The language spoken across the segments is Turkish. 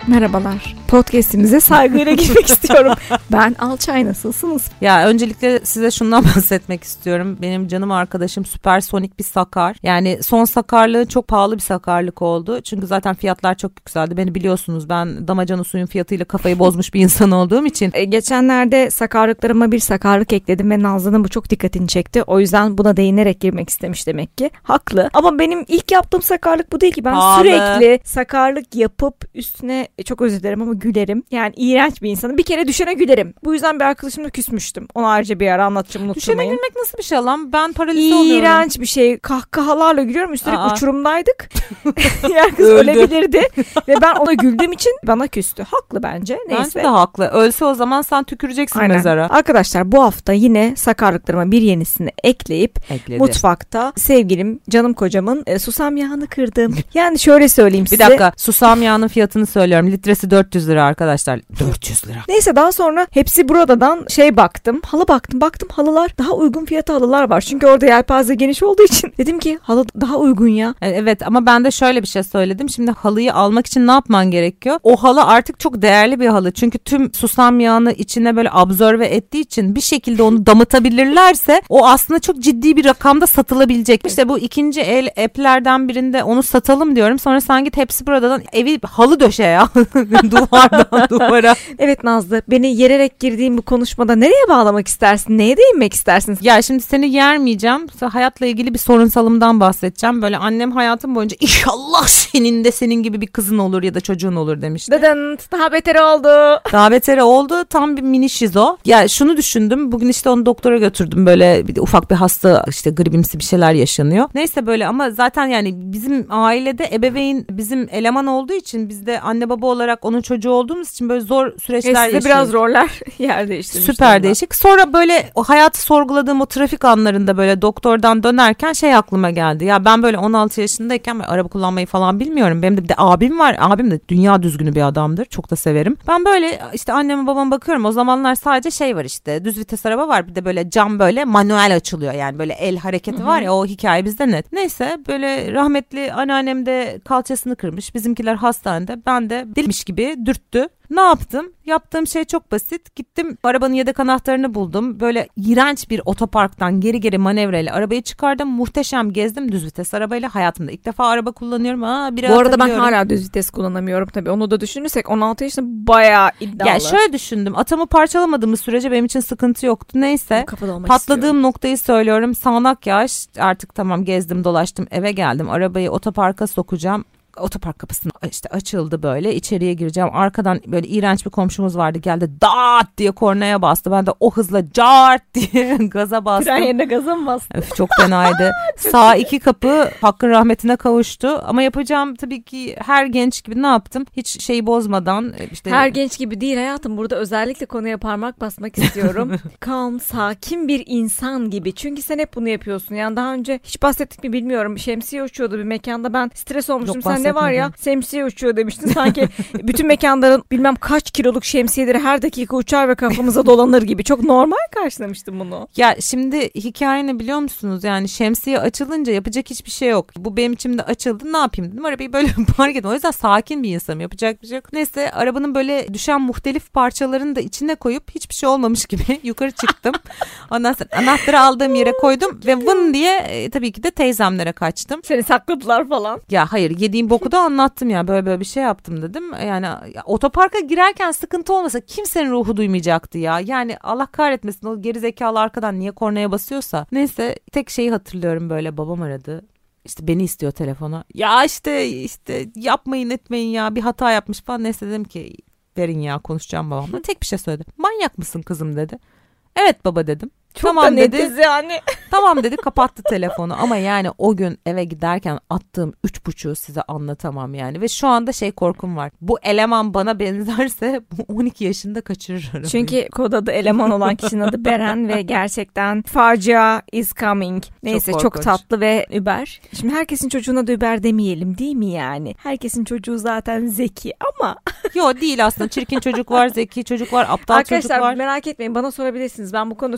Merhabalar. Podcast'imize saygıyla girmek istiyorum. Ben Alçay, nasılsınız? Ya öncelikle size şundan bahsetmek istiyorum. Benim canım arkadaşım süpersonik bir sakar. Yani son sakarlığı çok pahalı bir sakarlık oldu. Çünkü zaten fiyatlar çok yükseldi. Beni biliyorsunuz, ben damacana suyun fiyatıyla kafayı bozmuş bir insan olduğum için. Geçenlerde sakarlıklarıma bir sakarlık ekledim ve Nazlı'nın bu çok dikkatini çekti. O yüzden buna değinerek girmek istemiş demek ki. Haklı. Ama benim ilk yaptığım sakarlık bu değil ki. Ben pahalı. Sürekli sakarlık yapıp üstüne çok özür dilerim ama gülerim. Yani iğrenç bir insanım. Bir kere düşene gülerim. Bu yüzden bir arkadaşımla küsmüştüm. Onu ayrıca bir ara anlatacağım, unutmayın. Düşene gülmek nasıl bir şey lan? Ben paralize oluyorum. İğrenç bir şey. Kahkahalarla gülüyorum. Üstelik uçurumdaydık. Yani kız Öldü. ölebilirdi. Ve ben ona güldüğüm için bana küstü. Haklı bence. Neyse. Bence de haklı. Ölse o zaman sen tüküreceksin mezara. Arkadaşlar, bu hafta yine sakarlıklarıma bir yenisini ekleyip mutfakta sevgilim, canım kocamın susam yağını kırdım. Yani şöyle söyleyeyim size. Bir dakika, susam yağının fiyatını söylüyorum. Litresi 400 lira arkadaşlar. 400 lira. Neyse, daha sonra hepsi buradan baktım. Halı baktım. Baktım halılar daha uygun fiyata halılar var. Çünkü orada yelpaze geniş olduğu için dedim ki halı daha uygun ya. Evet, ama ben de şöyle bir şey söyledim. Şimdi halıyı almak için ne yapman gerekiyor? O halı artık çok değerli bir halı. Çünkü tüm susam yağını içine böyle absorbe ettiği için bir şekilde onu damıtabilirlerse o aslında çok ciddi bir rakamda satılabilecek. İşte bu ikinci el app'lerden birinde onu satalım diyorum. Sonra sen git hepsi buradan evi halı döşe ya. Duvardan duvara. Evet Nazlı, beni yererek girdiğim bu konuşmada nereye bağlamak istersin? Neye değinmek istersin? Ya şimdi seni yermeyeceğim. Hayatla ilgili bir sorunsalımdan bahsedeceğim. Böyle annem hayatım boyunca inşallah senin de senin gibi bir kızın olur ya da çocuğun olur demişti. Dıdın, daha beteri oldu. Daha beteri oldu. Tam bir mini şizo. Ya şunu düşündüm. Bugün işte onu doktora götürdüm. Böyle ufak bir hasta, işte gribimsi bir şeyler yaşanıyor. Neyse böyle, ama zaten yani bizim ailede ebeveyn bizim eleman olduğu için, biz de anne baba olarak onun çocuğu olduğumuz için böyle zor süreçler yaşıyoruz. Size biraz roller yer değiştirmiş. Süper değişik. Sonra böyle o hayatı sorguladığım o trafik anlarında böyle doktordan dönerken aklıma geldi. Ya ben böyle 16 yaşındayken araba kullanmayı falan bilmiyorum. Benim de bir de abim var. Abim de dünya düzgünü bir adamdır. Çok da severim. Ben böyle işte anneme babama bakıyorum. O zamanlar sadece var, işte düz vites araba var. Bir de böyle cam böyle manuel açılıyor. Yani böyle el hareketi var ya, o hikaye bizde net. Neyse, böyle rahmetli anneannem de kalçasını kırmış. Bizimkiler hastanede. Ben de delimiş gibi dürttü. Ne yaptım? Yaptığım şey çok basit. Gittim, arabanın yedek anahtarını buldum. Böyle iğrenç bir otoparktan geri manevrayla arabayı çıkardım. Muhteşem gezdim düz vites arabayla. Hayatımda ilk defa araba kullanıyorum. Bu arada ben hala düz vites kullanamıyorum tabii. Onu da düşünürsek 16 yaşında bayağı iddialı. Ya şöyle düşündüm. Atamı parçalamadığımız sürece benim için sıkıntı yoktu. Neyse. Patladığım noktayı söylüyorum. Sağanak yağış. Artık tamam, gezdim dolaştım, eve geldim. Arabayı otoparka sokacağım. Otopark kapısını işte açıldı, böyle içeriye gireceğim. Arkadan böyle iğrenç bir komşumuz vardı, geldi dağıt diye kornaya bastı. Ben de o hızla cart diye gaza bastım. Fren yerine gaza mı bastın? Öf, çok fenaydı. Sağ iki kapı Hakk'ın rahmetine kavuştu. Ama yapacağım tabii ki her genç gibi ne yaptım? Hiç şeyi bozmadan işte. Her genç gibi değil hayatım. Burada özellikle konuya parmak basmak istiyorum. Calm, sakin bir insan gibi. Çünkü sen hep bunu yapıyorsun. Yani daha önce hiç bahsettik mi bilmiyorum. Şemsiye uçuyordu bir mekanda. Ben stres olmuştum. Sen ne var ya, şemsiye uçuyor demiştin. Sanki bütün mekanların bilmem kaç kiloluk şemsiyeleri her dakika uçar ve kafamıza dolanır gibi. Çok normal karşılamıştım bunu. Ya şimdi hikaye ne biliyor musunuz? Yani şemsiye açılınca yapacak hiçbir şey yok. Bu benim içimde açıldı, ne yapayım dedim. Arabayı böyle park ettim. O yüzden sakin bir insanım. Yapacak bir şey yok. Neyse, arabanın böyle düşen muhtelif parçalarını da içine koyup hiçbir şey olmamış gibi yukarı çıktım. Ondan sonra anahtarı aldığım yere koydum ve vın diye tabii ki de teyzemlere kaçtım. Seni sakladılar falan. Ya hayır, yediğim boku da anlattım ya, böyle bir şey yaptım dedim. Yani otoparka girerken sıkıntı olmasa kimsenin ruhu duymayacaktı ya. Yani Allah kahretmesin, o gerizekalı arkadan niye kornaya basıyorsa. Neyse, tek şeyi hatırlıyorum, böyle babam aradı. İşte beni istiyor telefona. Ya işte yapmayın etmeyin ya, bir hata yapmış falan. Neyse dedim ki verin ya, konuşacağım babamla. Tek bir şey söyledim. Manyak mısın kızım dedi. Evet baba dedim. Çok tamam dedi. Yani. Tamam dedi, kapattı telefonu. Ama yani o gün eve giderken attığım 3,5'u size anlatamam yani. Ve şu anda korkum var. Bu eleman bana benzerse bu 12 yaşında kaçırır. Çünkü kod adı eleman olan kişinin adı Beren ve gerçekten facia is coming. Neyse, çok tatlı ve über. Şimdi herkesin çocuğuna da über demeyelim değil mi yani? Herkesin çocuğu zaten zeki ama. Yo, değil aslında. Çirkin çocuk var, zeki çocuk var, aptal çocuk var. Arkadaşlar merak etmeyin, bana sorabilirsiniz. Ben bu konuda süper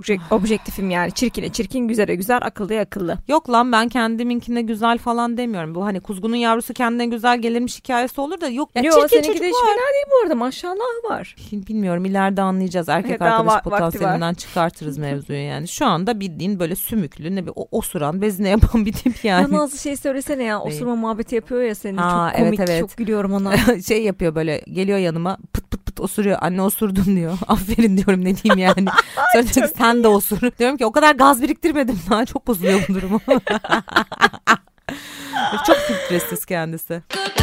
objektifim yani. Çirkine çirkin, güzele güzel, akıllıya akıllı. Yok lan, ben kendiminkine güzel falan demiyorum. Bu hani kuzgunun yavrusu kendine güzel gelirmiş hikayesi olur da yok. Ya Yok, çirkin seninki çocuk de hiç var. fena değil bu arada, maşallah var. Bilmiyorum, ileride anlayacağız. Erkek Evet, daha arkadaş vakti var. potansiyelinden çıkartırız mevzuyu yani. Şu anda bildiğin böyle sümüklü, ne bir osuran, bezine yapan bir tip yani. Ya Nazlı şey söylesene ya, osurma muhabbeti yapıyor ya senin. Ha, çok komik, evet. çok gülüyorum ona. Şey yapıyor böyle, geliyor yanıma pıt pıt pıt osuruyor. Anne osurdun diyor. Aferin diyorum, ne diyeyim yani. Sonra diyor ki sen de osur. Diyorum ki o kadar gaz biriktirmedim daha, çok bozuluyor bu durumu. Çok filtresiz kendisi.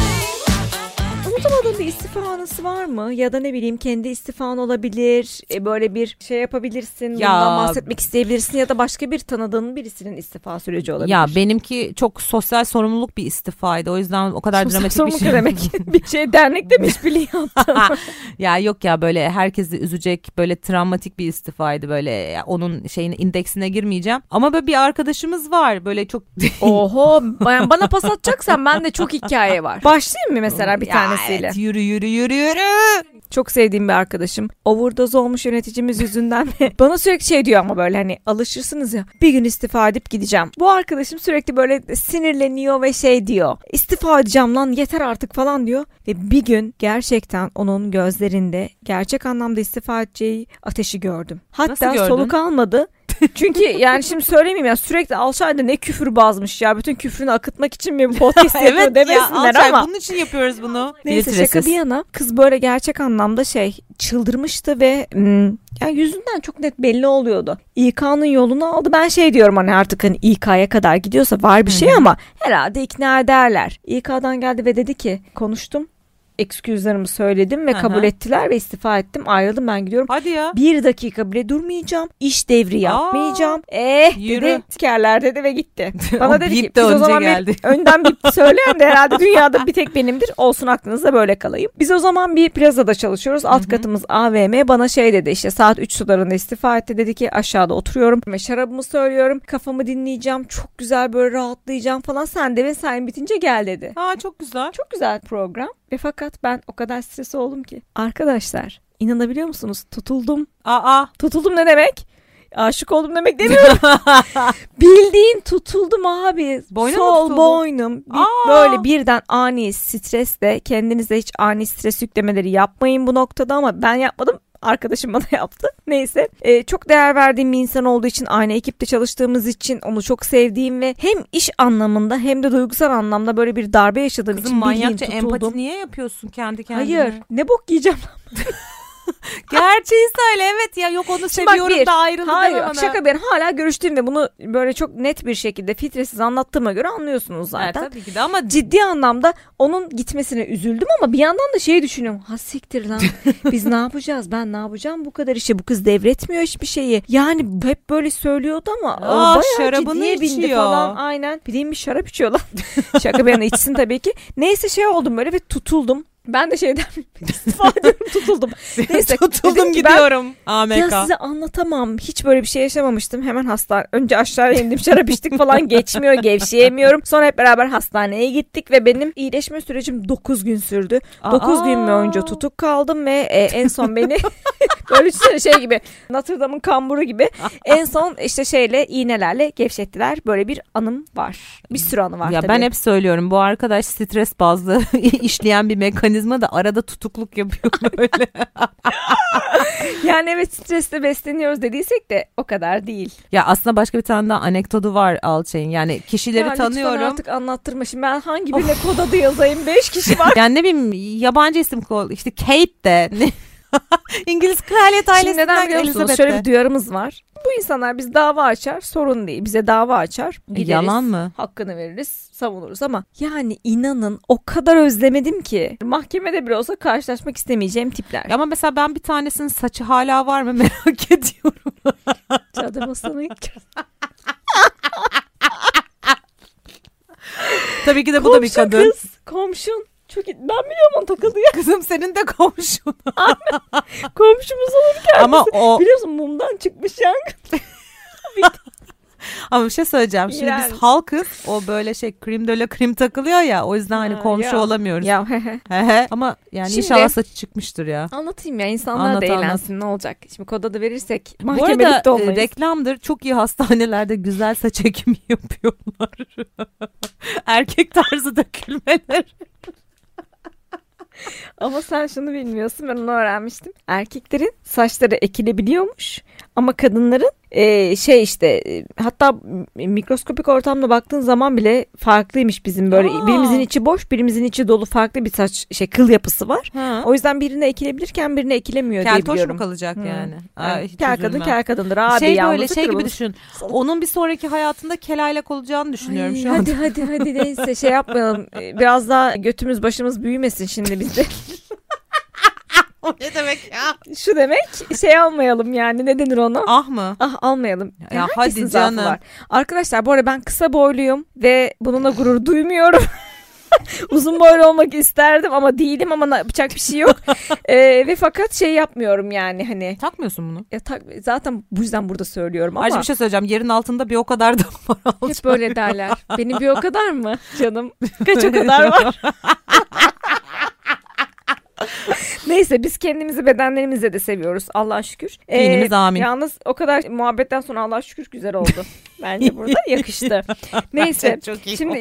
Unutamadığın bir istifa anısı var mı? Ya da ne bileyim, kendi istifan olabilir. Böyle bir şey yapabilirsin. Ya, bundan bahsetmek isteyebilirsin. Ya da başka bir tanıdığın birisinin istifa süreci olabilir. Ya benimki çok sosyal sorumluluk bir istifaydı. O yüzden o kadar sosyal dramatik bir şey. demek bir şey, dernekte mi işbirliği yaptın? Ya yok ya, böyle herkesi üzecek böyle travmatik bir istifaydı, böyle ya, onun şeyine, indeksine girmeyeceğim. Ama böyle bir arkadaşımız var böyle çok. Oho, bana pas atacaksan ben de çok hikaye var. Başlayayım mı mesela bir tanesiyle? Evet, yürü. Çok sevdiğim bir arkadaşım. Overdose olmuş yöneticimiz yüzünden bana sürekli şey diyor ama böyle hani alışırsınız ya, bir gün istifa edip gideceğim. Bu arkadaşım sürekli böyle sinirleniyor ve şey diyor, istifa edeceğim lan, yeter artık falan diyor. Ve bir gün gerçekten onun gözlerinde gerçek anlamda istifa edeceği ateşi gördüm. Hatta soluk almadı. Çünkü yani şimdi söylemeyeyim ya, sürekli Alçay'da ne küfür bazmış ya, bütün küfrünü akıtmak için mi bu podcast yapıyor evet demesinler ya, ama. Bunun için yapıyoruz bunu. Neyse, şaka bir yana, kız böyle gerçek anlamda çıldırmıştı ve yani yüzünden çok net belli oluyordu. İK'nın yolunu aldı. Ben şey diyorum, hani artık hani İK'ya kadar gidiyorsa var bir şey ama herhalde ikna ederler. İK'dan geldi ve dedi ki, konuştum. Excuslarımı söyledim ve kabul ettiler ve istifa ettim. Ayrıldım, ben gidiyorum. Hadi ya. 1 dakika bile durmayacağım. İş devri yapmayacağım. Yürü. Dedi. Sikerler dedi ve gitti. Bana dedi ki, de biz o zaman geldi. önden bir söyleyen de herhalde dünyada bir tek benimdir. Olsun, aklınızda böyle kalayım. Biz o zaman bir plazada çalışıyoruz. Alt katımız AVM. Bana şey dedi, işte saat 3 sularında istifa etti. Dedi ki aşağıda oturuyorum ve şarabımı söylüyorum. Kafamı dinleyeceğim. Çok güzel böyle rahatlayacağım falan. Sen de mesain bitince gel dedi. Çok güzel. Çok güzel program. Ve fakat ben o kadar stres oldum ki. Arkadaşlar, inanabiliyor musunuz? Tutuldum. Tutuldum ne demek? Aşık oldum demek demiyorum. Bildiğin tutuldum abi. Sol boynum. Böyle birden ani stresle, kendinize hiç ani stres yüklemeleri yapmayın bu noktada, ama ben yapmadım. Arkadaşım bana yaptı. Neyse. Çok değer verdiğim bir insan olduğu için, aynı ekipte çalıştığımız için onu çok sevdiğim ve hem iş anlamında hem de duygusal anlamda böyle bir darbe yaşadığım için manyakça tutuldum. empati niye yapıyorsun kendi kendine? Hayır. Ne bok yiyeceğim. Gerçeği söyle, evet ya, yok onu seviyorum da ayrıldı. Hayır, şaka, ben hala görüştüğüm ve bunu böyle çok net bir şekilde filtresiz anlattığıma göre anlıyorsunuz zaten. Evet, tabii ki de, ama ciddi anlamda onun gitmesine üzüldüm ama bir yandan da şey düşünüyorum. Ha siktir lan, biz ne yapacağız, ben ne yapacağım bu kadar işe, bu kız devretmiyor hiçbir şeyi. Yani hep böyle söylüyordu ama bayağı şarabını ciddiye bindi içiyor falan. Aynen, bildiğin bir şarap içiyor lan. Şaka bir yana, içsin tabii ki. Neyse, şey oldum böyle ve tutuldum. Ben de şeyden istifa ediyorum, tutuldum. Neyse, tutuldum, gidiyorum. Ya size anlatamam. Hiç böyle bir şey yaşamamıştım. Hemen önce aşağıya indim, şarap içtik falan, geçmiyor, gevşeyemiyorum. Sonra hep beraber hastaneye gittik ve benim iyileşme sürecim 9 gün sürdü. 9 gün boyunca tutuk kaldım ve en son beni böyle şey gibi, Notre Dame'ın kamburu gibi en son işte iğnelerle gevşettiler. Böyle bir anım var. Bir sürü anı var tabii. Ben hep söylüyorum, bu arkadaş stres bazlı işleyen bir mekanizma da arada tutukluk yapıyor böyle. Yani evet, stresle besleniyoruz dediysek de o kadar değil. Ya aslında başka bir tane daha anekdotu var Alçay'ın. Yani kişileri tanıyorum. Lütfen artık anlattırma. Şimdi ben hangi birine kod adı yazayım? 5 kişi var. Yani ne bileyim, yabancı isim kod. İşte Kate de. İngiliz kraliyet ailesinden. Şimdi neden biliyor musunuz? Şöyle bir duyarımız var. Bu insanlar biz dava açar, sorun değil. Bize dava açar. Gideriz, yalan mı? Hakkını veririz, savunuruz ama yani inanın o kadar özlemedim ki. Mahkemede bile olsa karşılaşmak istemeyeceğim tipler. Ama mesela ben bir tanesinin saçı hala var mı merak ediyorum. Cadı masanı. Tabii ki de bu da bir kadın. Kız, komşun. Çok ben biliyorum onu takıldı ya. Kızım, senin de komşun. Komşumuz olur kendisi. Ama o... Biliyorsun, mumdan çıkmış yangın. Ama bir şey söyleyeceğim. Şimdi Yani. biz halkız. O böyle krim de la krim takılıyor ya. O yüzden hani komşu olamıyoruz. Ya Ama yani Şimdi- inşallah saçı çıkmıştır ya. anlatayım ya, insanlar Anlat, da eğlensin, ne olacak? Şimdi kod adı verirsek Bu arada mahkemelik de olmayız. reklamdır. Çok iyi hastanelerde güzel saç ekimi yapıyorlar. Erkek tarzı dökülmeler. Ama sen şunu bilmiyorsun, ben onu öğrenmiştim. Erkeklerin saçları ekilebiliyormuş ama kadınların hatta mikroskopik ortamda baktığın zaman bile farklıymış bizim böyle. Birimizin içi boş, birimizin içi dolu, farklı bir saç kıl yapısı var. Ha. O yüzden birine ekilebilirken birine ekilemiyor diye Keltoş biliyorum. mu kalacak yani? Hiç Kel kadın üzülmem. kel kadındır abi. Böyle yalnızlıktır gibi bu. düşün. Onun bir sonraki hayatında kelaylak olacağını düşünüyorum Ay, şu anda. hadi neyse yapmayalım. Biraz daha götümüz başımız büyümesin şimdi bizde. O ne demek ya? Şu demek almayalım yani, ne denir ona? Ah mı? Almayalım. Ya Herkesin hadi zaafı canım. var. Arkadaşlar bu arada ben kısa boyluyum ve bununla gurur duymuyorum. Uzun boylu olmak isterdim ama değilim, ama yapacak bir şey yok. Ve fakat yapmıyorum yani hani. Takmıyorsun bunu. Zaten bu yüzden burada söylüyorum ama. Ayrıca bir şey söyleyeceğim. Yerin altında bir o kadar da var. Hep böyle derler. Benim bir o kadar mı canım? Kaç o kadar var? Neyse, biz kendimizi bedenlerimizle de seviyoruz Allah'a şükür. Dinimiz amin. Yalnız o kadar muhabbetten sonra Allah'a şükür güzel oldu. Bence burada yakıştı. Neyse şimdi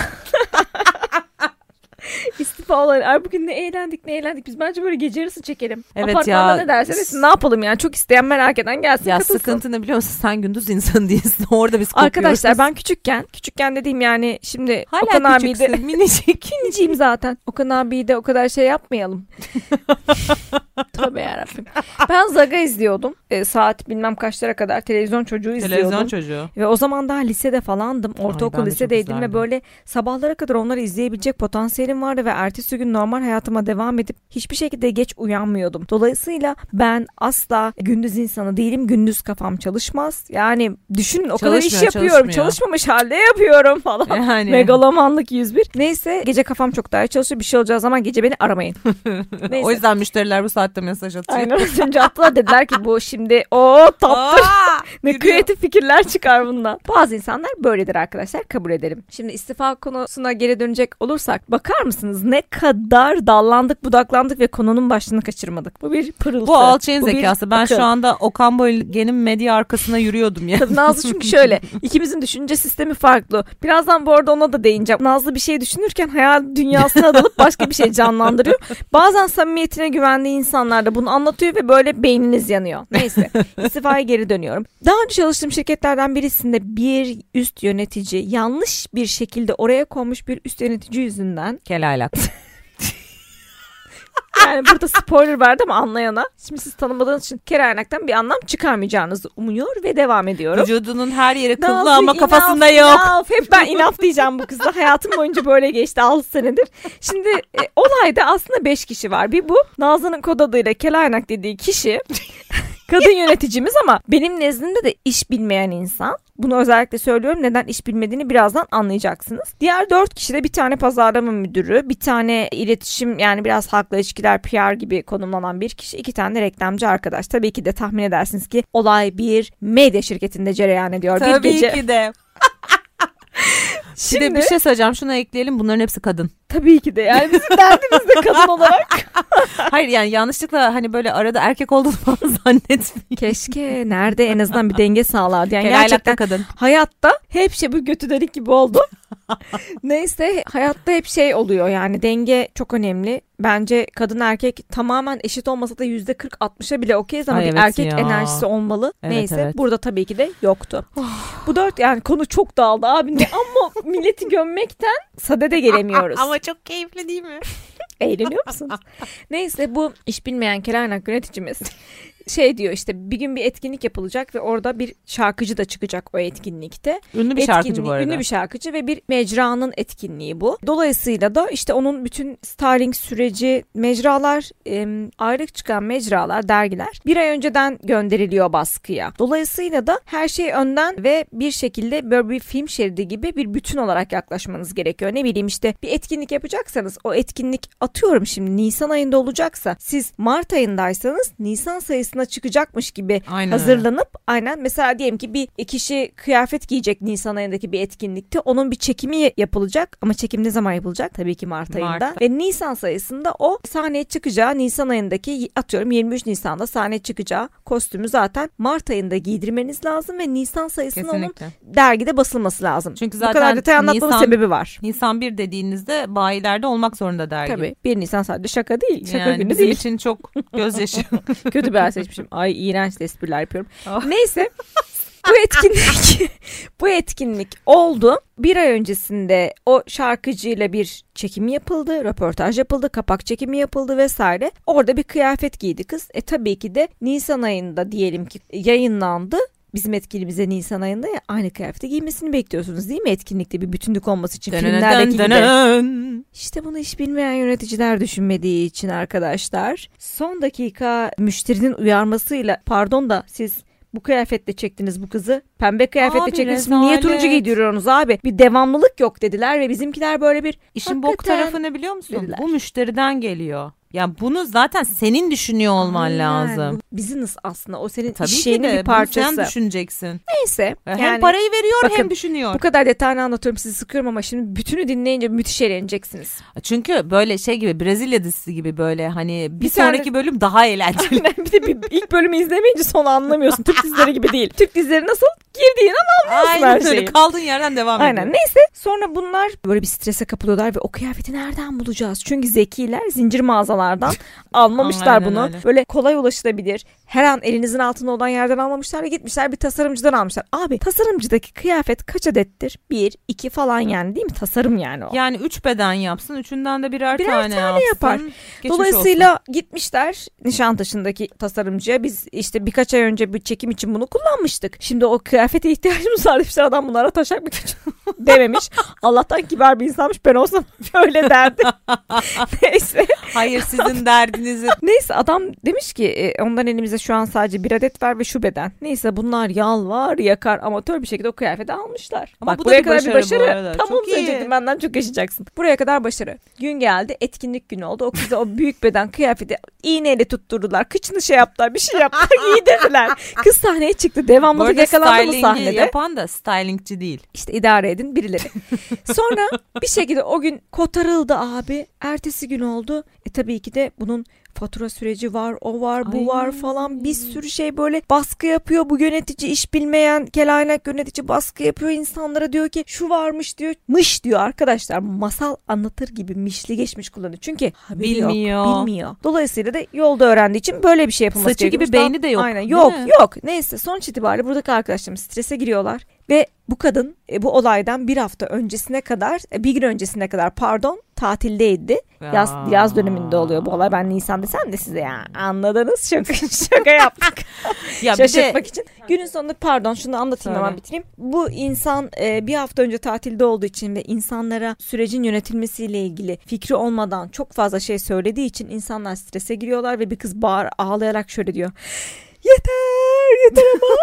istifa olayı. Ay bugün ne eğlendik. Biz bence böyle gece yarısı çekelim. Evet Apartmanda ya. ne derseniz ne yapalım yani. Çok isteyen, merak eden gelsin, Ya katılsın. sıkıntı ne biliyor musun? Sen gündüz insanı değilsin. Orada biz kopuyoruz. Arkadaşlar ben küçükken dediğim yani şimdi hala Okan abiyi de minicik. miniciyim zaten. Okan abiyi de o kadar yapmayalım. Tövbe yarabbim. Ben Zaga izliyordum. Saat bilmem kaçlara kadar televizyon çocuğu izliyordum. Televizyon çocuğu. Ve o zaman daha lisede falandım. Ortaokul ben de çok lisedeydim ve izlerdim. böyle sabahlara kadar onları izleyebilecek potansiyelim vardı ve ertesi gün normal hayatıma devam edip hiçbir şekilde geç uyanmıyordum. Dolayısıyla ben asla gündüz insanı değilim. Gündüz kafam çalışmaz. Yani düşünün, o kadar iş yapıyorum. Çalışmıyor. Çalışmamış halde yapıyorum falan. Yani. Megalomanlık 101. Neyse, gece kafam çok daha iyi çalışıyor. Bir şey olacağı zaman gece beni aramayın. Neyse. O yüzden müşteriler bu saatte mesaj atıyor. Aynen, az önce attılar, dediler ki bu şimdi taptır. Ne kreatif fikirler çıkar bundan. Bazı insanlar böyledir arkadaşlar, kabul edelim. Şimdi istifa konusuna geri dönecek olursak, bakar mısınız ne kadar dallandık budaklandık ve konunun başlığını kaçırmadık. Bu bir pırıltı. Bu alçayın Bu bir zekası. Ben akıl. şu anda Okan Bayülgen'in medya arkasına yürüyordum ya. Tabii Nazlı çünkü şöyle, ikimizin düşünce sistemi farklı. Birazdan bu arada ona da değineceğim. Nazlı bir şey düşünürken hayal dünyasına dalıp başka bir şey canlandırıyor. Bazen samimiyetine güvendiği insanlar da bunu anlatıyor ve böyle beyniniz yanıyor. Neyse, istifaya geri dönüyorum. Daha önce çalıştığım şirketlerden birisinde bir üst yönetici yanlış bir şekilde oraya konmuş bir üst yönetici yüzünden, Kelaylak. yani burada spoiler verdim ama anlayana, şimdi siz tanımadığınız için Keraynak'tan bir anlam çıkarmayacağınızı umuyor ve devam ediyorum. Vücudunun her yeri kıllı Nazlı, ama kafasında yok. Inaf. Hep ben inaf diyeceğim bu kızla. Hayatım boyunca böyle geçti 6 senedir. Şimdi olayda aslında 5 kişi var. Bir bu Nazlı'nın kod adıyla Kelaynak dediği kişi. Kadın yöneticimiz ama benim nezdimde de iş bilmeyen insan. Bunu özellikle söylüyorum. Neden iş bilmediğini birazdan anlayacaksınız. Diğer 4 kişi de bir tane pazarlama müdürü, bir tane iletişim, yani biraz halkla ilişkiler, PR gibi konumlanan bir kişi, 2 tane de reklamcı arkadaş. Tabii ki de tahmin edersiniz ki olay bir medya şirketinde cereyan ediyor. Tabii bir gece. ki de. Şimdi, Bir de bir şey söyleyeceğim. Şunu ekleyelim. Bunların hepsi kadın. Tabii ki de. Yani bizim derdimiz de kadın olarak. Hayır yani yanlışlıkla hani böyle arada erkek olduğunu falan zannetmeyin. Keşke nerede en azından bir denge sağlardı. Yani Kelaylak'ta gerçekten kadın. hayatta hep bu götü delik gibi oldu. Neyse, hayatta hep oluyor yani, denge çok önemli. Bence kadın erkek tamamen eşit olmasa da %40-60'a bile okeyiz ama Ay bir evet erkek ya. enerjisi olmalı. Evet, Neyse evet. burada tabii ki de yoktu. Bu 4 yani konu çok dağıldı abi ne, ama milleti gömmekten sadede gelemiyoruz. Ama çok keyifli değil mi? Eğleniyor musunuz? Neyse, bu iş bilmeyen Kelaynak yöneticimiz diyor işte, bir gün bir etkinlik yapılacak ve orada bir şarkıcı da çıkacak o etkinlikte. Ünlü bir şarkıcı bu arada. Ünlü bir şarkıcı ve bir mecranın etkinliği bu. Dolayısıyla da işte onun bütün styling süreci, mecralar, aylık çıkan mecralar, dergiler bir ay önceden gönderiliyor baskıya. Dolayısıyla da her şey önden ve bir şekilde böyle bir film şeridi gibi bir bütün olarak yaklaşmanız gerekiyor. Ne bileyim işte, bir etkinlik yapacaksanız o etkinlik, atıyorum şimdi Nisan ayında olacaksa, siz Mart ayındaysanız Nisan sayısını karşısına çıkacakmış gibi Aynen hazırlanıp aynen mesela diyelim ki bir kişi kıyafet giyecek Nisan ayındaki bir etkinlikte. Onun bir çekimi yapılacak ama çekim ne zaman yapılacak? Tabii ki Mart ayında. Ve Nisan sayısında o sahneye çıkacağı Nisan ayındaki atıyorum 23 Nisan'da sahneye çıkacağı kostümü zaten Mart ayında giydirmeniz lazım ve Nisan sayısının Kesinlikle. onun dergide basılması lazım. Çünkü zaten bu kadar detay anlatmanın sebebi var. Nisan 1 dediğinizde bayilerde olmak zorunda dergi. Tabii 1 Nisan sadece şaka değil. Şaka yani günü bizim değil. için çok gözyaşı. Kötü bir yer seçmişim. Ay iğrenç espriler yapıyorum. Oh. Neyse bu etkinlik oldu. Bir ay öncesinde o şarkıcıyla bir çekim yapıldı, röportaj yapıldı, kapak çekimi yapıldı vesaire. Orada bir kıyafet giydi kız. Tabii ki de Nisan ayında diyelim ki yayınlandı. Bizim etkinliğimize Nisan ayında ya aynı kıyafeti giymesini bekliyorsunuz değil mi etkinlikte bir bütünlük olması için filmlerdeki gibi. İşte bunu hiç bilmeyen yöneticiler düşünmediği için arkadaşlar son dakika müşterinin uyarmasıyla pardon da siz bu kıyafetle çektiniz bu kızı. Pembe kıyafetle çektiniz. Niye turuncu giydiriyorsunuz abi? Bir devamlılık yok dediler ve bizimkiler böyle bir İşin bok tarafı ne biliyor musun? Dediler. Bu müşteriden geliyor. Yani bunu zaten senin düşünüyor olman lazım. Bu business aslında. O senin Tabii şeyinin ki de, bir parçası. sen düşüneceksin. Neyse. Hem parayı veriyor bakın, hem düşünüyor. Bu kadar detaylı anlatıyorum sizi sıkıyorum ama şimdi bütünü dinleyince müthiş eğleneceksiniz. Çünkü böyle şey gibi Brezilya dizisi gibi böyle hani bir sonraki bölüm daha eğlenceli. Bir de ilk bölümü izlemeyince sonu anlamıyorsun. Türk dizileri gibi değil. Türk dizileri nasıl girdiğin an anlıyorsun her şeyi. Öyle kaldığın yerden devam ediyor. Aynen neyse sonra bunlar böyle bir strese kapılıyorlar ve o kıyafeti nereden bulacağız? Çünkü zekiler zincir mağazalardan almamışlar Aynen bunu. öyle. Böyle kolay ulaşılabilir. Her an elinizin altında olan yerden almamışlar ve gitmişler bir tasarımcıdan almışlar. Abi tasarımcıdaki kıyafet kaç adettir? 1, 2 falan yani değil mi? Tasarım yani o. Yani 3 beden yapsın. Üçünden de birer tane yapar. Geçmiş Dolayısıyla olsun. Gitmişler Nişantaşı'ndaki tasarımcıya biz işte birkaç ay önce bir çekim için bunu kullanmıştık. Şimdi o kıyafete ihtiyacımız var demişler adam bunlara taşak mı dememiş. Allah'tan kibar bir insanmış ben olsam öyle derdim. Neyse. Hayır sizin derdinizi. Neyse adam demiş ki ondan elimize şu an sadece bir adet var ve şu beden. Neyse bunlar yalvar yakar amatör bir şekilde o kıyafeti almışlar. Ama bak bu da buraya bir kadar bir başarı bu başarı. arada. Tam Çok onu söyleyecektim benden çok yaşayacaksın. Buraya kadar başarı. Gün geldi etkinlik günü oldu. O kıza o büyük beden kıyafeti iğneyle tutturdular. Kıçını şey yaptılar bir şey yaptılar giydirdiler. Kız sahneye çıktı. Devamlılık yakalandı mı sahnede? Yapan da stylingçi değil. İşte idare edin birileri. Sonra bir şekilde o gün kotarıldı abi. Ertesi gün oldu. Tabii ki de bunun fatura süreci var, o var, bu var falan bir sürü şey böyle baskı yapıyor. Bu yönetici iş bilmeyen kelaynak yönetici baskı yapıyor insanlara diyor ki şu varmış diyor. Mış diyor arkadaşlar masal anlatır gibi mişli geçmiş kullanıyor. Çünkü bilmiyor. Dolayısıyla da yolda öğrendiği için böyle bir şey yapılması Saçı gerekiyor. gibi beyni de yok. Aynen yok. Neyse sonuç itibariyle buradaki arkadaşlarım strese giriyorlar. Ve bu kadın bu olaydan bir hafta öncesine kadar bir gün öncesine kadar tatildeydi. Yaz döneminde oluyor bu olay. Ben Nisan desem de size ya anladınız şaka yaptık. Ya şaşırtmak için. Günün sonunda şunu anlatayım hemen bitireyim. Bu insan bir hafta önce tatilde olduğu için ve insanlara sürecin yönetilmesiyle ilgili fikri olmadan çok fazla şey söylediği için insanlar strese giriyorlar ve bir kız ağlayarak şöyle diyor. Yeter ama.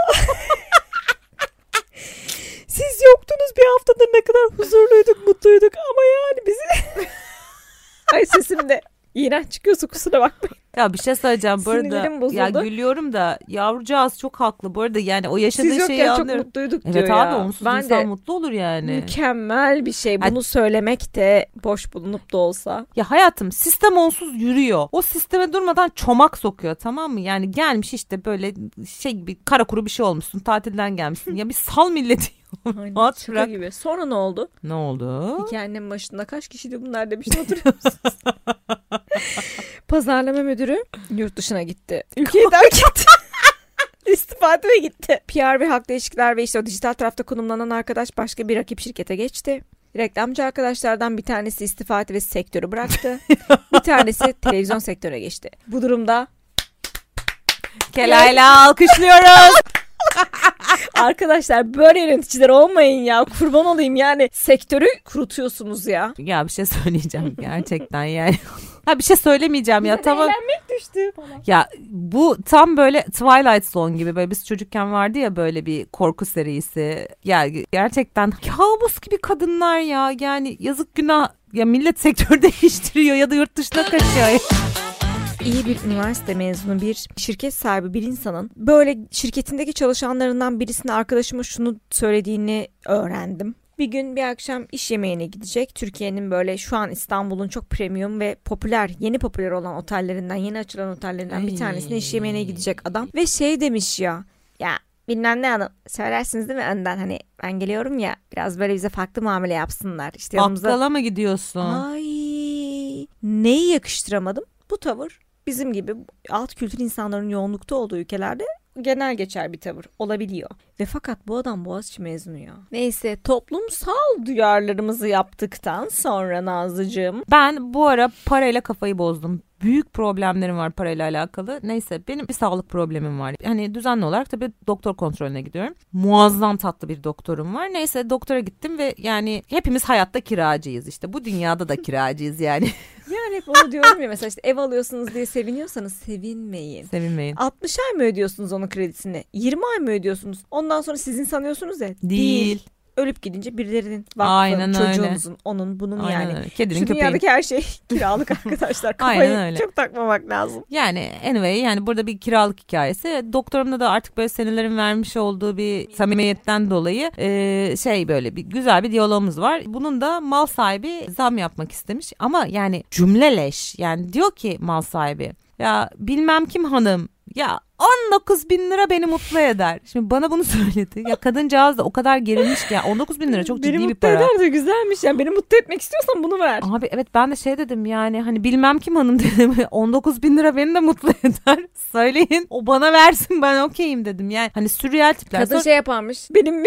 Siz yoktunuz bir haftadır ne kadar huzurluyduk, mutluyduk ama yani bizi... Ay sesim de iğrenç çıkıyorsa kusura bakmayın. Ya bir şey söyleyeceğim bu arada. Ya gülüyorum da yavrucağız çok haklı. Bu arada yani o yaşadığı şeyi anlıyorum. Siz yokken çok mutluyduk evet diyor ya. Evet abi onsuz insan mutlu olur yani. Mükemmel bir şey. Bunu söylemek de boş bulunup da olsa. Ya hayatım sistem onsuz yürüyor. O sisteme durmadan çomak sokuyor tamam mı? Yani gelmiş işte böyle şey gibi kara kuru bir şey olmuşsun. Tatilden gelmişsin. Ya bir sal milleti. Aynen şaka gibi. Sonra ne oldu? Ne oldu? Hikayenin başında kaç kişiydi bunlar demişti oturuyor musunuz? Pazarlama müdürü yurt dışına gitti. Ülkeyi terk etti. İstifa etmeye gitti. PR ve halkla ilişkiler ve işte o dijital tarafta konumlanan arkadaş başka bir rakip şirkete geçti. Reklamcı arkadaşlardan bir tanesi istifa etti ve sektörü bıraktı. Bir tanesi televizyon sektörüne geçti. Bu durumda kelayla alkışlıyoruz. Arkadaşlar böyle yöneticiler olmayın ya. Kurban olayım yani. Sektörü kurutuyorsunuz ya. Ya bir şey söyleyeceğim gerçekten yani. Ha bir şey söylemeyeceğim ya tamam. Eğlenmek düştü falan. Ya bu tam böyle Twilight Zone gibi böyle biz çocukken vardı ya böyle bir korku serisi. Ya gerçekten kabus gibi kadınlar ya. Yani yazık günah ya millet sektör değiştiriyor ya da yurt dışına kaçıyor. iyi bir üniversite mezunu, bir şirket sahibi bir insanın böyle şirketindeki çalışanlarından birisine, arkadaşıma şunu söylediğini öğrendim. Bir gün bir akşam iş yemeğine gidecek. Türkiye'nin böyle şu an İstanbul'un çok premium ve popüler, yeni popüler olan otellerinden, yeni açılan otellerinden bir tanesine iş yemeğine gidecek adam. Ve şey demiş ya bilmem ne hanım, söylersiniz değil mi önden, hani ben geliyorum ya, biraz böyle bize farklı muamele yapsınlar. İşte yanımıza... Bakkala mı gidiyorsun? Ay, neyi yakıştıramadım? Bu tavır bizim gibi alt kültür insanların yoğunlukta olduğu ülkelerde genel geçer bir tavır olabiliyor. Ve fakat bu adam Boğaziçi mezunu ya. Neyse, toplumsal duyarlarımızı yaptıktan sonra Nazlıcığım. Ben bu ara parayla kafayı bozdum. Büyük problemlerim var parayla alakalı. Neyse, benim bir sağlık problemim var. Hani düzenli olarak tabii doktor kontrolüne gidiyorum. Muazzam tatlı bir doktorum var. Neyse, doktora gittim ve yani hepimiz hayatta kiracıyız işte. Bu dünyada da kiracıyız yani. Yani hep onu diyorum ya, mesela işte ev alıyorsunuz diye seviniyorsanız sevinmeyin. Sevinmeyin. 60 ay mı ödüyorsunuz onun kredisini? 20 ay mı ödüyorsunuz? Ondan sonra sizin sanıyorsunuz ya. Değil. Ölüp gidince birilerinin, vakfın, çocuğunuzun, onun, bunun. Aynen yani. Öyle. Kedinin, şu köpeğin. dünyadaki her şey kiralık arkadaşlar. Kafayı çok takmamak lazım. Yani anyway, yani burada bir kiralık hikayesi. Doktorumla da artık böyle senelerin vermiş olduğu bir samimiyetten dolayı böyle bir güzel bir diyalogumuz var. Bunun da mal sahibi zam yapmak istemiş ama yani cümleleş. Yani diyor ki mal sahibi, ya bilmem kim hanım, ya 19.000 lira beni mutlu eder. Şimdi bana bunu söyledi. Ya kadıncağız da o kadar gerilmiş ki ya, 19.000 lira çok ciddi bir para. Beni mutlu eder de güzelmiş. Yani beni mutlu etmek istiyorsan bunu ver. Abi evet, ben de şey dedim yani, hani bilmem kim hanım dedim. 19.000 lira beni de mutlu eder. Söyleyin, o bana versin, ben okeyim dedim. Yani hani sürreal tipler. Kadın şey yaparmış. Benim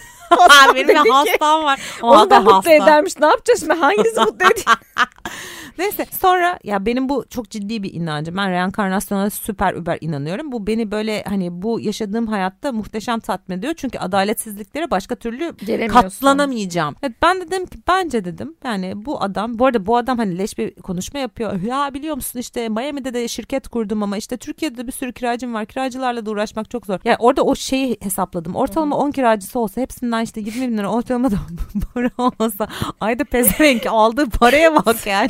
benim hastam var. Onu da mutlu edermiş. Ne yapacağız şimdi? Hanginizi mutlu edeyim? Neyse, sonra ya benim bu çok ciddi bir inancım. Ben reenkarnasyona süper über inanıyorum. Bu beni böyle hani bu yaşadığım hayatta muhteşem tatmin ediyor. Çünkü adaletsizliklere başka türlü katlanamayacağım. Evet, ben dedim ki bence dedim yani bu arada bu adam hani leş bir konuşma yapıyor. Ya biliyor musun işte Miami'de de şirket kurdum ama işte Türkiye'de de bir sürü kiracım var. Kiracılarla da uğraşmak çok zor. Yani orada o şeyi hesapladım. Ortalama 10 kiracısı olsa hepsinden işte 20.000 lira ortalama da para olmasa, ayda pezevenk aldığı paraya bak yani.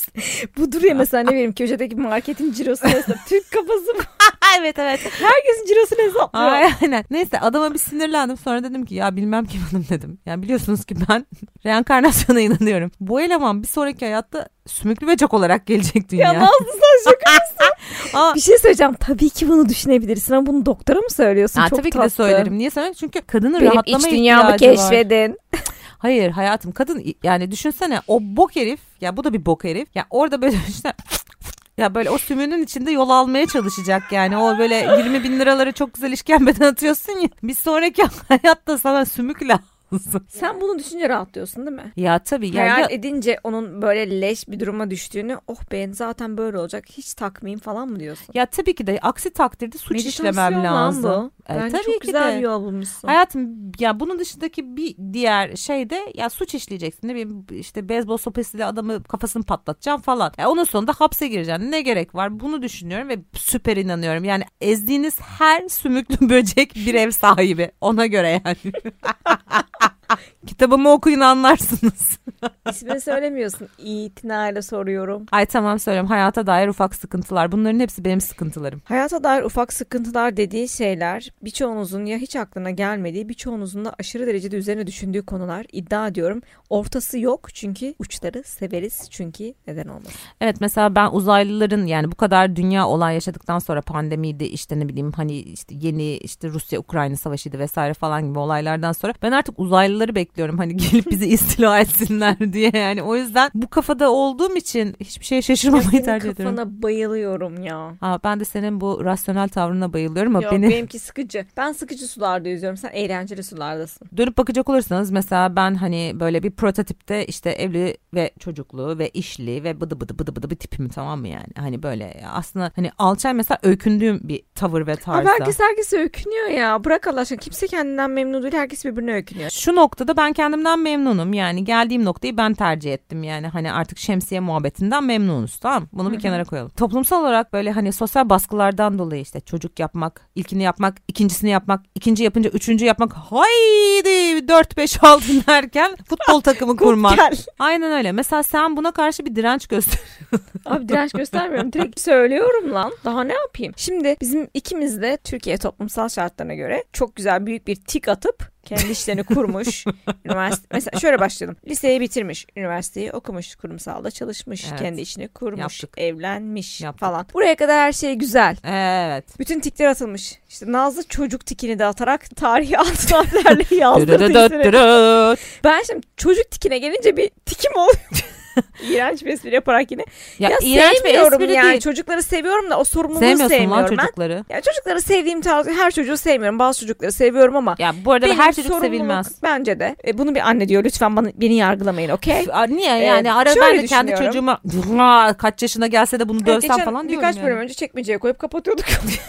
Bu duruyor mesela, ne bileyim, köşedeki marketin cirosunu hesap. Türk kafası bu. Evet. Herkesin cirosunu hesaplıyor. Aynen. Neyse, adama bir sinirlendim. Sonra dedim ki ya bilmem kim hanım dedim. Yani biliyorsunuz ki ben reenkarnasyona inanıyorum. Bu eleman bir sonraki hayatta sümüklü böcek olarak gelecek dünya. Ya Nazlı, sen şaka mısın? Bir şey söyleyeceğim. Tabii ki bunu düşünebilirsin ama bunu doktora mı söylüyorsun? Çok tabii tatlı. ki de söylerim. Niye söyleyeyim? Çünkü kadının benim rahatlama iç ihtiyacı dünyamı keşfedin. Hayır hayatım, kadın yani düşünsene, o bok herif, ya bu da bir bok herif. Ya orada böyle işte ya böyle o sümüğünün içinde yol almaya çalışacak yani. O böyle 20.000 liraları çok güzel işkembeden atıyorsun ya. Bir sonraki hayatta sana sümük lazım. Sen bunu düşünce rahatlıyorsun değil mi? Ya tabii. Hayal edince onun böyle leş bir duruma düştüğünü, oh ben zaten böyle olacak, hiç takmayayım falan mı diyorsun? Ya tabii ki de, aksi takdirde suç işlemem lazım. Bu. Bence tabii çok güzel bir yol bulmuşsun. Hayatım, ya bunun dışındaki bir diğer şey de ya suç işleyeceksin. Ne bileyim işte beyzbol sopasıyla adamı kafasını patlatacağım falan. Ya onun sonunda hapse gireceksin. Ne gerek var? Bunu düşünüyorum ve süper inanıyorum. Yani ezdiğiniz her sümüklü böcek bir ev sahibi. Ona göre yani. Kitabımı okuyun, anlarsınız. İsmini söylemiyorsun. İtinayla soruyorum. Ay tamam, söylüyorum. Hayata dair ufak sıkıntılar. Bunların hepsi benim sıkıntılarım. Hayata dair ufak sıkıntılar dediği şeyler birçoğunuzun ya hiç aklına gelmediği, birçoğunuzun da aşırı derecede üzerine düşündüğü konular. İddia ediyorum. Ortası yok çünkü uçları severiz, çünkü neden olmasın. Evet, mesela ben uzaylıların, yani bu kadar dünya olay yaşadıktan sonra, pandemiydi işte ne bileyim hani işte yeni işte Rusya-Ukrayna savaşıydı vesaire falan gibi olaylardan sonra ben artık uzaylıları bekliyorum hani gelip bizi istila etsinler diye. Yani o yüzden bu kafada olduğum için hiçbir şeye şaşırmamayı tercih ediyorum. Kafana bayılıyorum ya. Ben de senin bu rasyonel tavrına bayılıyorum ama yok, benimki sıkıcı. Ben sıkıcı sularda yüzüyorum, sen eğlenceli sulardasın. Dönüp bakacak olursanız mesela ben hani böyle bir prototipte işte evli ve çocuklu ve işli ve bıdı bıdı bir tipim, tamam mı yani? Hani böyle aslında hani alçay mesela öykündüğüm bir tavır ve tarzda. Herkes öykünüyor ya. Bırak Allah aşkına, kimse kendinden memnun değil, herkes birbirine öykünüyor. Şu noktada ben kendimden memnunum. Yani geldiğim nokta noktayı ben tercih ettim yani. Hani artık şemsiye muhabbetinden memnunuz, tamam. Bunu bir kenara koyalım. Toplumsal olarak böyle hani sosyal baskılardan dolayı işte çocuk yapmak, ilkini yapmak, ikincisini yapmak, ikinci yapınca üçüncü yapmak, haydi 4-5-6 derken futbol takımı kurmak. Aynen öyle. Mesela sen buna karşı bir direnç göster. Abi direnç göstermiyorum. Direkt söylüyorum lan. Daha ne yapayım? Şimdi bizim ikimiz de Türkiye toplumsal şartlarına göre çok güzel büyük bir tik atıp kendi işlerini kurmuş. Üniversite mesela şöyle başlayalım. Liseyi bitirmiş, üniversiteyi okumuş, kurumsalda çalışmış, Evet. kendi işini kurmuş, Yaptık. evlenmiş Yaptık. falan. Buraya kadar her şey güzel. Evet. Bütün tikler atılmış. İşte Nazlı çocuk tikini de atarak tarihi altın harflerle yazdırdı. Ben şimdi çocuk tikine gelince bir tikim oluyor. İğrenç bir espri yaparak yine. Ya iğrenç bir sevmiyorum espri yani. değil. Çocukları seviyorum da o sorumluluğu Sevmiyorsun sevmiyorum lan ben. çocukları. Ya çocukları sevdiğim tarzı her çocuğu sevmiyorum. Bazı çocukları seviyorum ama Ya bu arada benim her çocuk sorumluluk sevilmez. bence de. Bunu bir anne diyor. Lütfen beni yargılamayın, okey? Niye yani arada şöyle ben de kendi düşünüyorum. çocuğuma kaç yaşına gelse de bunu dövsem falan diyorum birkaç yani. bölüm önce çekmeceye koyup kapatıyorduk.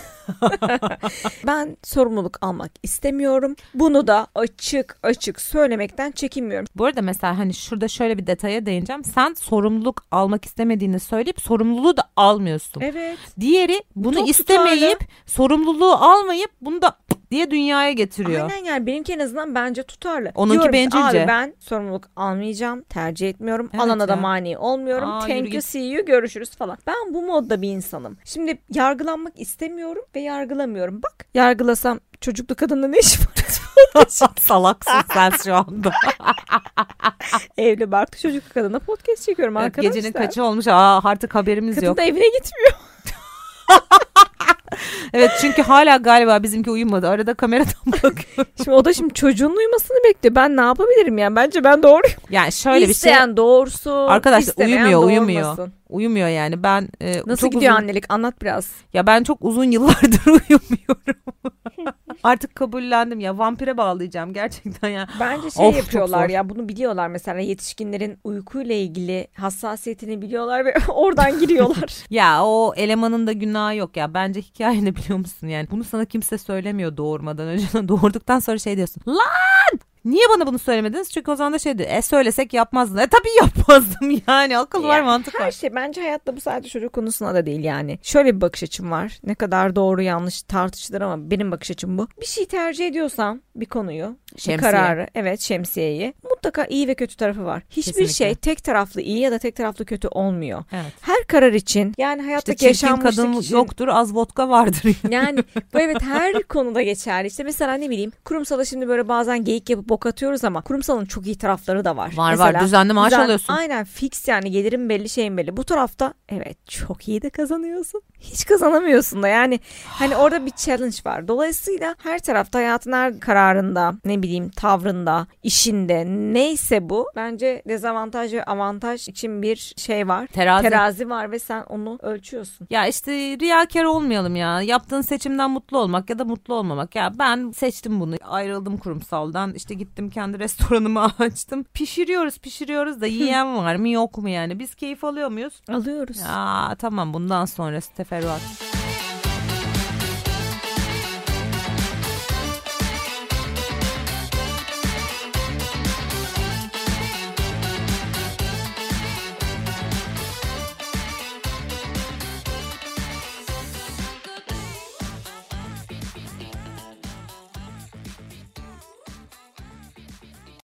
Ben sorumluluk almak istemiyorum. Bunu da açık açık söylemekten çekinmiyorum. Bu arada mesela hani şurada şöyle bir detaya değineceğim. Sen sorumluluk almak istemediğini söyleyip sorumluluğu da almıyorsun. Evet. Diğeri bunu Çok istemeyip sorumluluğu almayıp bunu da diye dünyaya getiriyor. Aynen yani benimki en azından bence tutarlı. Onunki Diyorum ki, bencilce. abi ben sorumluluk almayacağım, tercih etmiyorum. Evet alana da ya. mani olmuyorum. Yürü Thank you, git. see you, görüşürüz falan. Ben bu modda bir insanım. Şimdi yargılanmak istemiyorum ve yargılamıyorum. Bak yargılasam çocuklu kadınla ne işim var? Salaksın sen şu anda. Evli barklı çocuklu kadınla podcast çekiyorum arkadaşlar. Gecenin kaçı olmuş? Artık haberimiz Kadın yok. da evine gitmiyor. Evet çünkü hala galiba bizimki uyumadı. Arada kameradan bakıyor. Şimdi o da şimdi çocuğun uyumasını bekliyor. Ben ne yapabilirim yani? Bence ben doğruyum. Yani şöyle bir şey. İsteyen doğursun. Arkadaşlar istemeyen uyumuyor. doğurmasın. Uyumuyor yani. Ben Nasıl çok gidiyor uzun, annelik? Anlat biraz. ya ben çok uzun yıllardır uyumuyorum. Artık kabullendim ya, vampire bağlayacağım gerçekten ya. Bence Of, çok yapıyorlar zor. ya, bunu biliyorlar mesela, yetişkinlerin uykuyla ilgili hassasiyetini biliyorlar ve oradan giriyorlar. Ya o elemanın da günahı yok ya. Bence hikayeni biliyor musun yani? Bunu sana kimse söylemiyor doğurmadan önce. Doğurduktan sonra şey diyorsun. Lan! Niye bana bunu söylemediniz? Çünkü o zaman da şey diyor. Söylesek yapmazdın. Tabii yapmazdım yani. Akıl var, mantık Her var. şey bence hayatta, bu sadece çocuk konusuna da değil yani. Şöyle bir bakış açım var. Ne kadar doğru yanlış tartışılır ama benim bakış açım bu. Bir şey tercih ediyorsam, bir konuyu, Şemsiye. bir kararı, evet şemsiyeyi, mutlaka iyi ve kötü tarafı var. Hiçbir Kesinlikle. şey tek taraflı iyi ya da tek taraflı kötü olmuyor. Evet. Her karar için, yani hayattaki İşte çirkin yaşanmışlık kadın için. yoktur, az vodka vardır. Yani bu evet her konuda geçerli. İşte mesela ne bileyim, kurumsala şimdi böyle bazen geyik yapıp bok atıyoruz ama kurumsalın çok iyi tarafları da var. Var Mesela, düzenli maaş alıyorsun. Aynen, fix yani, gelirin belli, şeyin belli. Bu tarafta evet çok iyi de kazanıyorsun. Hiç kazanamıyorsun da yani, hani orada bir challenge var. Dolayısıyla her tarafta, hayatın her kararında, ne bileyim tavrında, işinde, neyse bu. Bence dezavantaj ve avantaj için bir şey var. Terazi var ve sen onu ölçüyorsun. Ya işte riyakar olmayalım ya. Yaptığın seçimden mutlu olmak ya da mutlu olmamak. Ya ben seçtim bunu. Ayrıldım kurumsaldan. İşte gittim kendi restoranımı açtım. Pişiriyoruz da yiyen var mı yok mu yani? Biz keyif alıyor muyuz? Alıyoruz. Ya tamam, bundan sonrası teferruat.